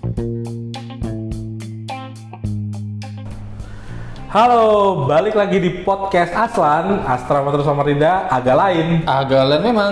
Halo, balik lagi di podcast Aslan, Astra Motor Samarinda, agak lain. Agak lain memang.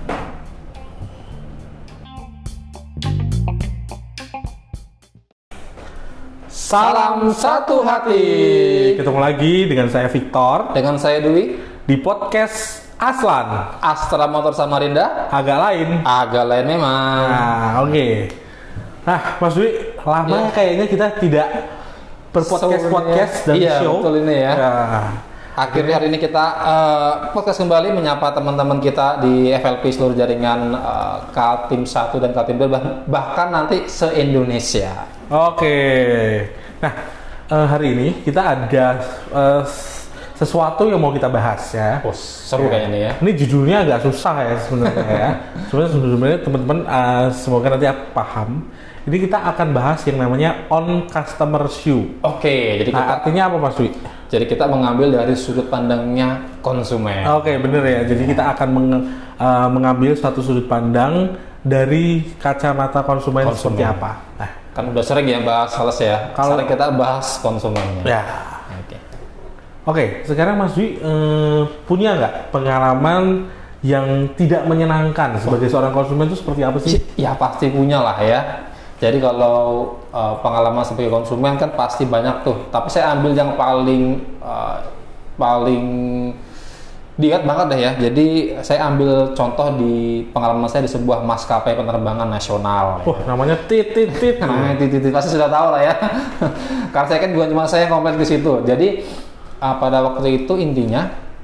Salam satu hati. Ketemu lagi dengan saya Victor Dengan saya Dwi di podcast Aslan, Astra Motor Samarinda. agak lain. Agak lain memang. Nah, oke. Nah, Mas Dwi, lama Ya. kayaknya kita tidak berpodcast dan iya, show. betul ini ya. Ya. Akhirnya hari ini kita podcast kembali menyapa teman-teman kita di FLP seluruh jaringan Kaltim 1 dan Kaltim 2 bahkan nanti se-Indonesia. Oke. Nah, hari ini kita ada sesuatu yang mau kita bahas ya. Oh, seru kayaknya nih ya. Ini judulnya agak susah ya sebenarnya ya. Sebenarnya teman-teman semoga nanti paham. Ini kita akan bahas yang namanya on customer shoe. Oke, jadi kita Artinya apa Mas Dwi? jadi kita mengambil dari sudut pandangnya konsumen. Oke, bener ya. Jadi kita akan mengambil satu sudut pandang dari kacamata konsumen. Seperti apa. Nah, Kan udah sering ya bahas sales ya. Sekarang kita bahas konsumennya. ya. Oke. Oke, sekarang Mas Dwi punya nggak pengalaman yang tidak menyenangkan sebagai seorang konsumen itu seperti apa sih? Ya pasti punya lah ya. Jadi kalau pengalaman sebagai konsumen kan pasti banyak tuh. Tapi saya ambil yang paling diingat banget deh ya. Jadi saya ambil contoh di pengalaman saya di sebuah maskapai penerbangan nasional. Wah, namanya tit. Nah, titik pasti sudah tahu lah ya. Karena saya kan bukan cuma saya yang komplain ke situ. Jadi pada waktu itu intinya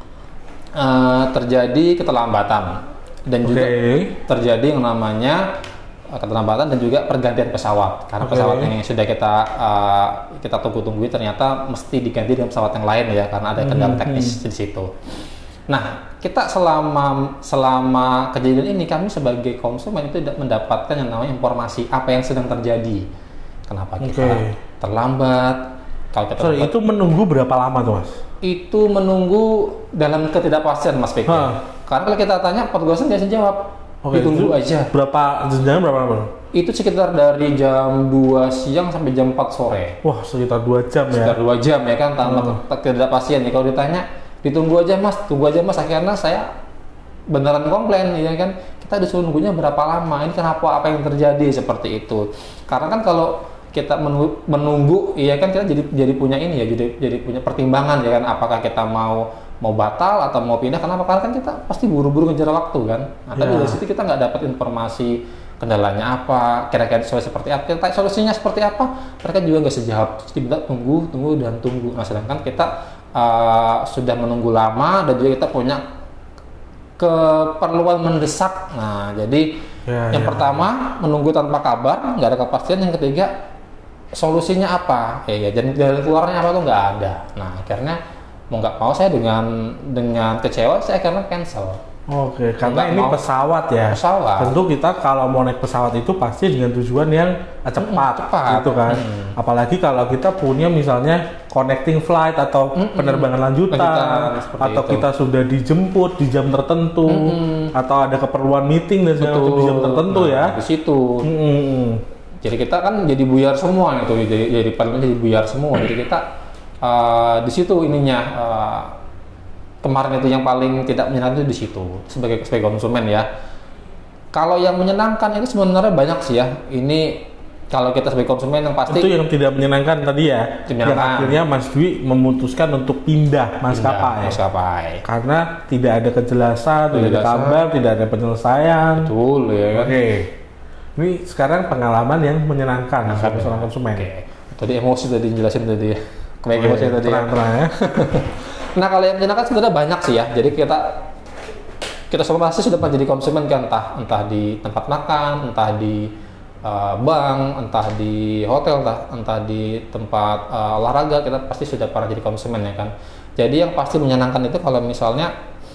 terjadi keterlambatan dan juga terjadi yang namanya keterlambatan dan juga pergantian pesawat karena pesawat yang sudah kita tunggu-tunggu ternyata mesti diganti dengan pesawat yang lain ya karena ada kendala teknis di situ. Nah, kita selama kejadian ini kami sebagai konsumen itu tidak mendapatkan yang namanya informasi apa yang sedang terjadi. Kenapa kita terlambat? Kalau kita itu menunggu berapa lama tuh Mas? Itu menunggu dalam ketidakpastian Mas Fikri. Karena kalau kita tanya petugasnya biasanya jawab. Ditunggu aja. Jenjang berapa lama? Itu sekitar dari jam 2 siang sampai jam 4 sore. Wah, sekitar 2 jam ya. Sekitar 2 jam ya kan tanpa ketidakpastian ya. Kalau ditanya, ditunggu aja Mas, tunggu aja Mas. Akhirnya saya beneran komplain ya kan. Kita disuruh nunggunya berapa lama? Ini kenapa, apa yang terjadi seperti itu? Karena kan kalau kita menunggu ya kan kita jadi punya ini ya, jadi punya pertimbangan ya kan, apakah kita mau batal atau mau pindah. Kenapa? Karena kan kita pasti buru-buru ngejar waktu kan. Nah, tapi dari situ kita nggak dapat informasi kendalanya apa, kira-kira seperti apa, kita solusinya seperti apa, mereka juga nggak sejawab. Kita tunggu dan tunggu. Nah, sedangkan kita sudah menunggu lama dan juga kita punya keperluan mendesak. Nah, jadi yang pertama menunggu tanpa kabar, nggak ada kepastian. Yang ketiga solusinya apa? Ya, dan jalan keluarnya apa tuh nggak ada. Nah, akhirnya mau nggak mau saya dengan kecewa saya akhirnya cancel. Oke, karena ini pesawat ya. Pesawat. Tentu kita kalau mau naik pesawat itu pasti dengan tujuan yang cepat. Gitu kan. Apalagi kalau kita punya misalnya connecting flight atau penerbangan lanjutan atau kita sudah dijemput di jam tertentu atau ada keperluan meeting dan segala macam di jam tertentu ya. Di situ. Jadi kita kan jadi buyar semua gitu. Jadi buyar semua. Jadi kita di situ ininya kemarin itu yang paling tidak menyenangkan itu di situ sebagai konsumen ya. Kalau yang menyenangkan itu sebenarnya banyak sih ya. Ini kalau kita sebagai konsumen yang pasti itu yang tidak menyenangkan tadi ya. Yang akhirnya Mas Dwi memutuskan untuk pindah maskapai. Karena tidak ada kejelasan, tidak ada kabar, tidak ada penyelesaian. Betul ya kan. Oke. Ini sekarang pengalaman yang menyenangkan sebagai seorang konsumen. Tadi emosi tadi jelasin tadi ya. Emosi tadi terang ya. Nah, kalau yang menyenangkan sebenarnya banyak sih ya. Jadi kita semua pasti sudah pernah jadi konsumen kan, entah di tempat makan, entah di bank, entah di hotel, entah di tempat olahraga, kita pasti sudah pernah jadi konsumen ya kan. Jadi yang pasti menyenangkan itu kalau misalnya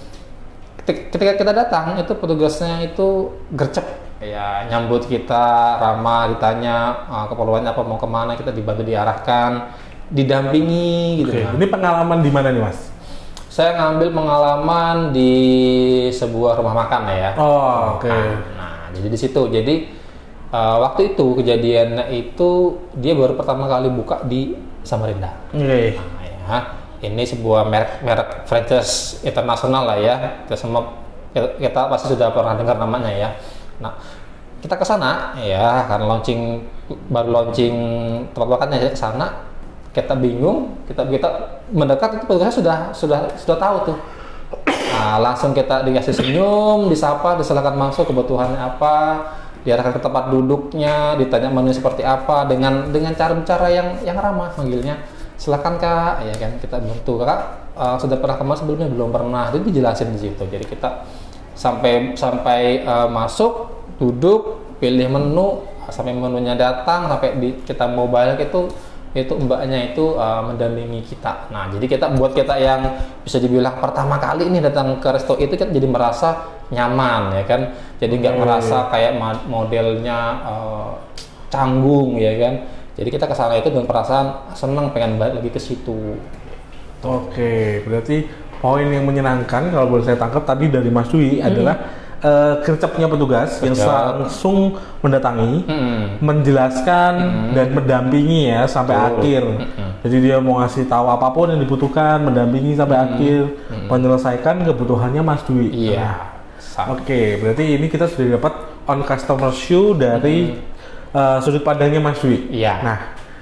ketika kita datang itu petugasnya itu gercep ya, nyambut kita ramah, ditanya keperluannya apa, mau kemana, kita dibantu diarahkan, didampingi gitu. Ini pengalaman di mana nih Mas? Saya ngambil pengalaman di sebuah rumah makan ya. Oh, oke. Nah, jadi di situ. Jadi waktu itu kejadiannya itu dia baru pertama kali buka di Samarinda. Nah, ya, ini sebuah merek franchise internasional lah ya. Kita pasti sudah pernah dengar namanya ya. Nah, kita ke sana ya karena baru launching tempat makannya ke sana. Kita bingung, kita mendekat itu petugasnya sudah tahu tuh. Nah, langsung kita dikasih senyum, disapa, disilakan masuk, kebutuhannya apa, diarahkan ke tempat duduknya, ditanya menu seperti apa dengan cara-cara yang ramah manggilnya. Silakan Kak, ya kan kita bantu. Kakak sudah pernah kemana sebelumnya? Belum pernah. Itu dijelasin di situ. Jadi kita sampai masuk, duduk, pilih menu, sampai menunya datang, sampai kita mau balik itu mbaknya itu mendampingi kita. Nah, jadi buat kita yang bisa dibilang pertama kali ini datang ke resto itu kan jadi merasa nyaman ya kan. Jadi nggak merasa kayak modelnya canggung ya kan. Jadi kita kesana itu dengan perasaan senang pengen balik lagi ke situ. Oke, berarti poin yang menyenangkan kalau boleh saya tangkap tadi dari Mas Dwi adalah gercepnya petugas yang langsung mendatangi, menjelaskan dan mendampingi ya sampai akhir. Jadi dia mau ngasih tahu apapun yang dibutuhkan, mendampingi sampai akhir, menyelesaikan kebutuhannya Mas Dwi. Iya. Oke, berarti ini kita sudah dapat on customer view dari sudut pandangnya Mas Dwi. Iya. Nah,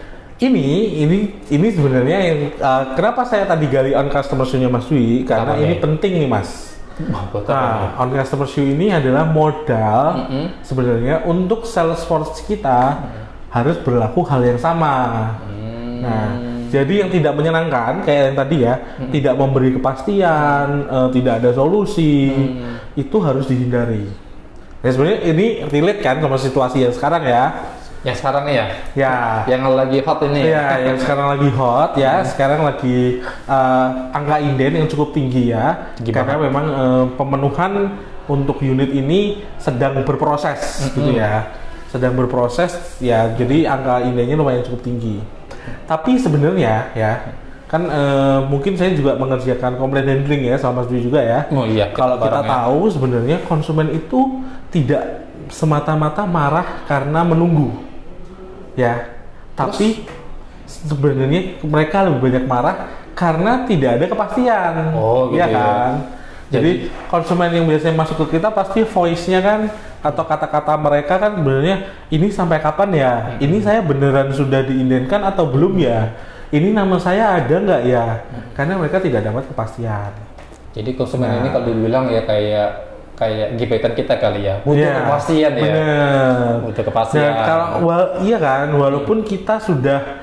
ini sebenarnya yang kenapa saya tadi gali on customer view-nya Mas Dwi karena ini penting nih Mas. Nah, on customer view ini adalah modal sebenarnya untuk sales force kita harus berlaku hal yang sama. Nah, jadi yang tidak menyenangkan kayak yang tadi ya, tidak memberi kepastian, tidak ada solusi, itu harus dihindari. Ya sebenarnya ini relate kan sama situasi yang sekarang ya. Yang sekarang ya? Ya. Yang lagi hot ini. Ya, yang sekarang lagi hot ya. Sekarang lagi angka inden yang cukup tinggi ya. Gimana? Karena memang pemenuhan untuk unit ini sedang berproses gitu ya. Sedang berproses ya. Jadi angka indennya lumayan cukup tinggi. Tapi sebenarnya ya kan mungkin saya juga mengerjakan komplain handling ya sama Mas Dwi juga ya. Oh iya. Kalau kita tahu sebenarnya konsumen itu tidak semata-mata marah karena menunggu. Ya, tapi sebenarnya mereka lebih banyak marah karena tidak ada kepastian. Oh, gitu ya kan. Jadi konsumen yang biasanya masuk ke kita pasti voice-nya kan atau kata-kata mereka kan sebenarnya ini sampai kapan ya? Ini saya beneran sudah diindenkan atau belum ya? Ini nama saya ada nggak ya? Karena mereka tidak dapat kepastian. Jadi konsumen ini kalau dibilang ya kayak gebetan kita kali ya, butuh kepastian ya. Bener. Butuh kepastian. Nah, kalau iya kan, walaupun kita sudah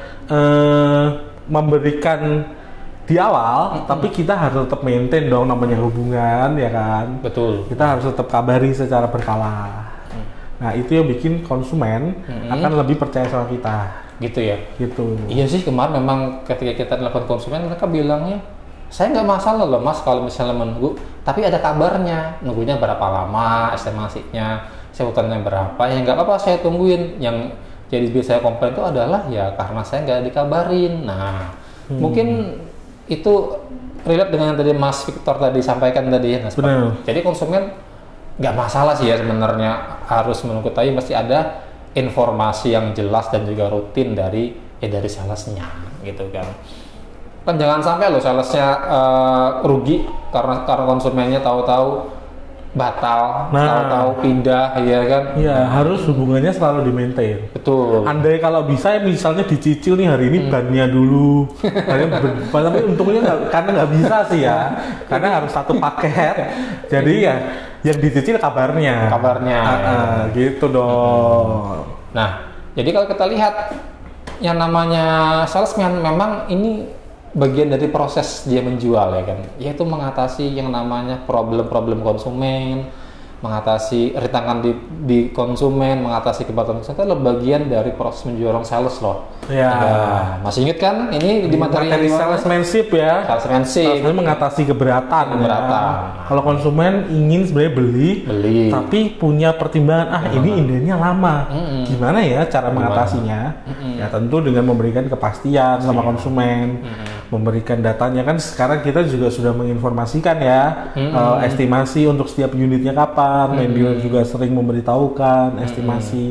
memberikan di awal, tapi kita harus tetap maintain dong namanya hubungan ya kan. Betul. Kita harus tetap kabari secara berkala. Nah itu yang bikin konsumen akan lebih percaya sama kita. Gitu ya. Gitu. Iya sih kemarin memang ketika kita telepon konsumen mereka bilangnya saya nggak masalah loh mas kalau misalnya menunggu, tapi ada kabarnya, nunggunya berapa lama, estimasinya, sebutannya berapa, ya nggak apa-apa saya tungguin. Yang jadi biasa saya komplain itu adalah ya karena saya nggak dikabarin. Nah, mungkin itu relate dengan yang tadi Mas Victor tadi sampaikan tadi ya. Nah, jadi konsumen nggak masalah sih ya sebenarnya harus menunggu, tapi mesti ada informasi yang jelas dan juga rutin dari salesnya gitu kan. Kan jangan sampai loh salesnya rugi karena konsumennya tahu-tahu batal, tahu-tahu pindah, ya kan? Iya, harus hubungannya selalu di-maintain. Betul. Andai kalau bisa misalnya dicicil nih hari ini bannya dulu, tapi untungnya karena nggak bisa sih ya, karena harus satu paket. Jadi ya yang dicicil kabarnya. Gitu dong. Nah, jadi kalau kita lihat yang namanya salesman memang ini bagian dari proses dia menjual ya kan, yaitu mengatasi yang namanya problem-problem konsumen, mengatasi rintangan di konsumen, mengatasi kebatuan konsumen, itu adalah bagian dari proses menjual sales loh. Ya. Nah, masih ingat kan ini di materi salesmanship ya. Salesmanship mengatasi keberatan. Ya. Kalau konsumen ingin sebenarnya beli, tapi punya pertimbangan ini indennya lama. Gimana ya cara mengatasinya? Ya tentu dengan memberikan kepastian sama konsumen, memberikan datanya kan sekarang kita juga sudah menginformasikan ya estimasi untuk setiap unitnya kapan. Mendealer juga sering memberitahukan estimasi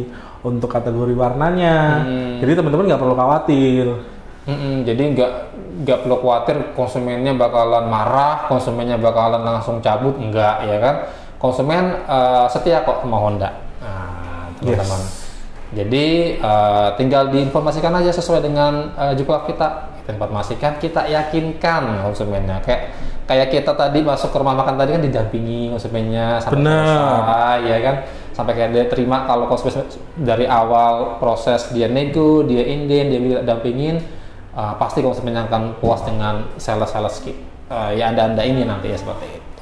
untuk kategori warnanya. Jadi teman-teman nggak perlu khawatir. Jadi nggak perlu khawatir konsumennya bakalan marah, konsumennya bakalan langsung cabut, enggak ya kan? Konsumen setia kok sama Honda. Nah, teman-teman. Jadi tinggal diinformasikan aja sesuai dengan juklat kita informasikan, kita yakinkan konsumennya. Kayak kita tadi masuk ke rumah makan tadi kan didampingi konsumennya sampai selesai, ya kan? Sampai kayak dia terima kalau konsumen dari awal proses dia nego, dia inden, dia dampingin, pasti konsumen akan puas dengan sales ya anda ini nanti ya seperti itu.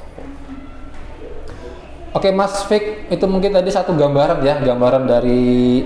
Oke Mas Fik, itu mungkin tadi satu gambaran dari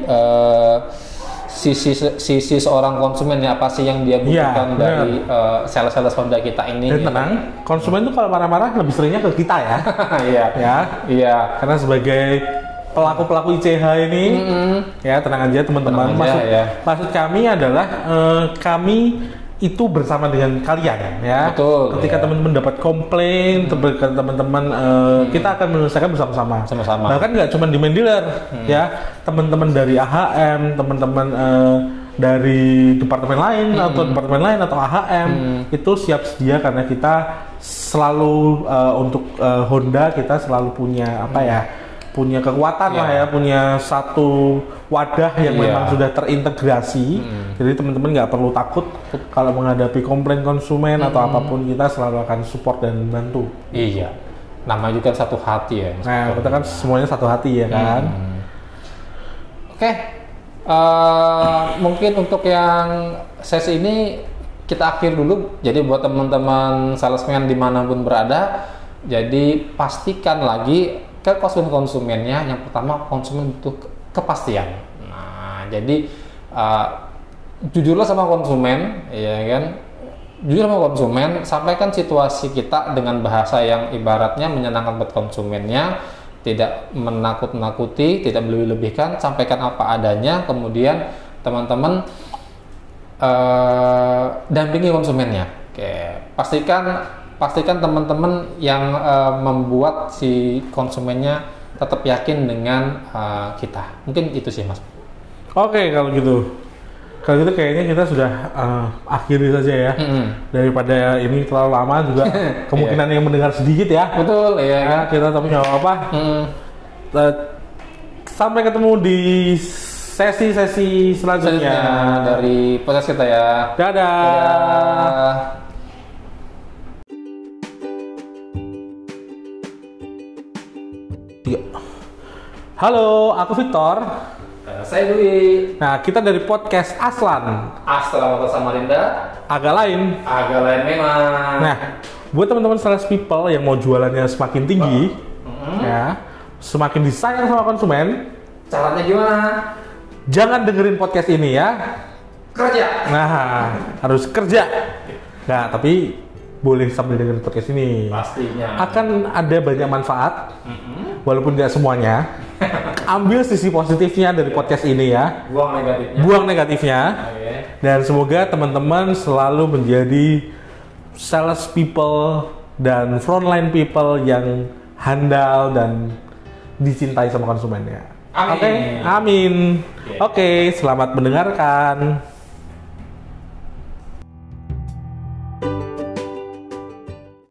sisi seorang konsumen ya, apa sih yang dia butuhkan dari sales Honda kita ini. Dan tenang, konsumen itu kalau marah-marah lebih seringnya ke kita ya. Iya. Karena sebagai pelaku ICH ini, ya tenang aja teman-teman. Maksud kami adalah kami itu bersama dengan kalian ya. Betul. Ketika teman-teman dapat komplain, teman-teman kita akan menyelesaikan bersama-sama. Bahkan nggak cuma di main dealer ya, teman-teman dari AHM, teman-teman dari departemen lain atau AHM itu siap sedia, karena kita selalu untuk Honda kita selalu punya punya kekuatan lah ya, punya satu wadah yang memang sudah terintegrasi. Jadi teman-teman nggak perlu takut kalau menghadapi komplain konsumen atau apapun, kita selalu akan support dan bantu. Iya, namanya juga satu hati ya. Nah, kita kan semuanya satu hati ya kan. Oke, mungkin untuk yang sesi ini kita akhir dulu. Jadi buat teman-teman salesman dimanapun berada, jadi pastikan lagi ke konsumennya. Yang pertama, konsumen butuh kepastian. Nah, jadi jujurlah sama konsumen, ya kan? Jujur sama konsumen, sampaikan situasi kita dengan bahasa yang ibaratnya menyenangkan buat konsumennya, tidak menakut-nakuti, tidak melebih-lebihkan, sampaikan apa adanya. Kemudian teman-teman dampingi konsumennya. Oke, pastikan teman-teman yang membuat si konsumennya tetap yakin dengan kita. Mungkin itu sih Mas. Oke, kalau gitu kayaknya kita sudah akhiri saja ya. Daripada ini terlalu lama juga kemungkinan yang mendengar sedikit ya. Betul, iya. Ya, kita tapi nggak apa-apa. Sampai ketemu di sesi selanjutnya dari podcast kita ya. Dadah. Halo, aku Victor. Saya Dwi. Nah, kita dari podcast Aslan. Aslan atau Samarinda. Agak lain memang. Nah, buat teman-teman sales people yang mau jualannya semakin tinggi, ya, semakin disayang sama konsumen. Caranya gimana? Jangan dengerin podcast ini ya. Kerja. Nah, harus kerja. Nah, tapi boleh sambil dengerin podcast ini. Pastinya. Akan ada banyak manfaat. Walaupun tidak semuanya. Ambil sisi positifnya dari podcast ini ya. Buang negatifnya. Dan semoga teman-teman selalu menjadi sales people dan frontline people yang handal dan dicintai sama konsumennya. Amin. Oke, amin. Oke, selamat mendengarkan.